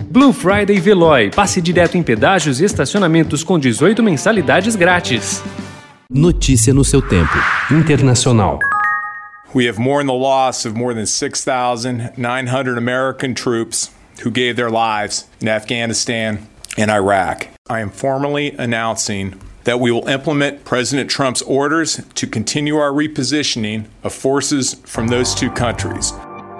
Blue Friday Veloy. Passe direto em pedágios e estacionamentos com 18 mensalidades grátis. Notícia no seu tempo. Internacional. We have mourned the loss of more than 6,900 American troops who gave their lives in Afghanistan and Iraq. I am formally announcing that we will implement President Trump's orders to continue our repositioning of forces from those two countries.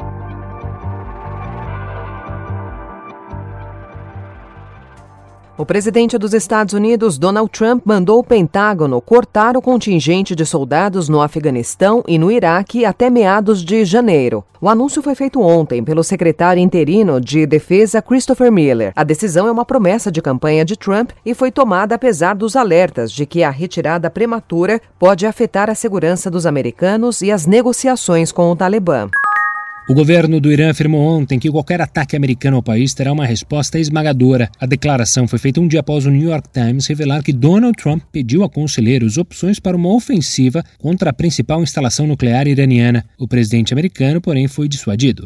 O presidente dos Estados Unidos, Donald Trump, mandou o Pentágono cortar o contingente de soldados no Afeganistão e no Iraque até meados de janeiro. O anúncio foi feito ontem pelo secretário interino de Defesa, Christopher Miller. A decisão é uma promessa de campanha de Trump e foi tomada apesar dos alertas de que a retirada prematura pode afetar a segurança dos americanos e as negociações com o Talibã. O governo do Irã afirmou ontem que qualquer ataque americano ao país terá uma resposta esmagadora. A declaração foi feita um dia após o New York Times revelar que Donald Trump pediu a conselheiros opções para uma ofensiva contra a principal instalação nuclear iraniana. O presidente americano, porém, foi dissuadido.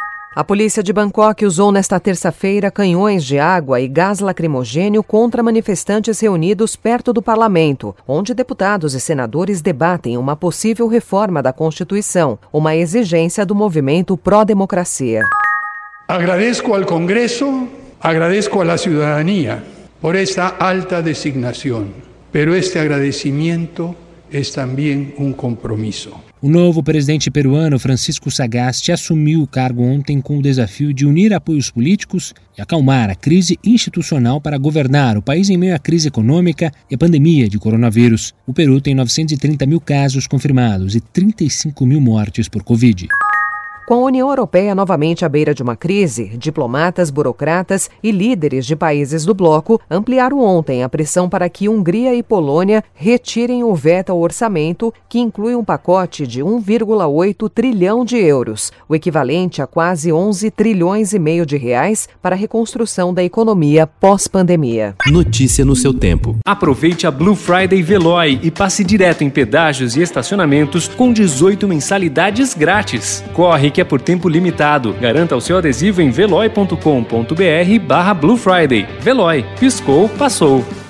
A polícia de Bangkok usou nesta terça-feira canhões de água e gás lacrimogênio contra manifestantes reunidos perto do parlamento, onde deputados e senadores debatem uma possível reforma da Constituição, uma exigência do movimento pró-democracia. Agradeço ao Congresso, agradeço à ciudadanía por esta alta designación, pero este agradecimiento es también un compromiso. O novo presidente peruano, Francisco Sagasti, assumiu o cargo ontem com o desafio de unir apoios políticos e acalmar a crise institucional para governar o país em meio à crise econômica e à pandemia de coronavírus. O Peru tem 930 mil casos confirmados e 35 mil mortes por Covid. Com a União Europeia novamente à beira de uma crise, diplomatas, burocratas e líderes de países do bloco ampliaram ontem a pressão para que Hungria e Polônia retirem o veto ao orçamento, que inclui um pacote de 1,8 trilhão de euros, o equivalente a quase 11 trilhões e meio de reais para a reconstrução da economia pós-pandemia. Notícia no seu tempo. Aproveite a Blue Friday Veloy e passe direto em pedágios e estacionamentos com 18 mensalidades grátis. Corre que é por tempo limitado. Garanta o seu adesivo em veloy.com.br/Blue Friday. Veloy. Piscou, passou.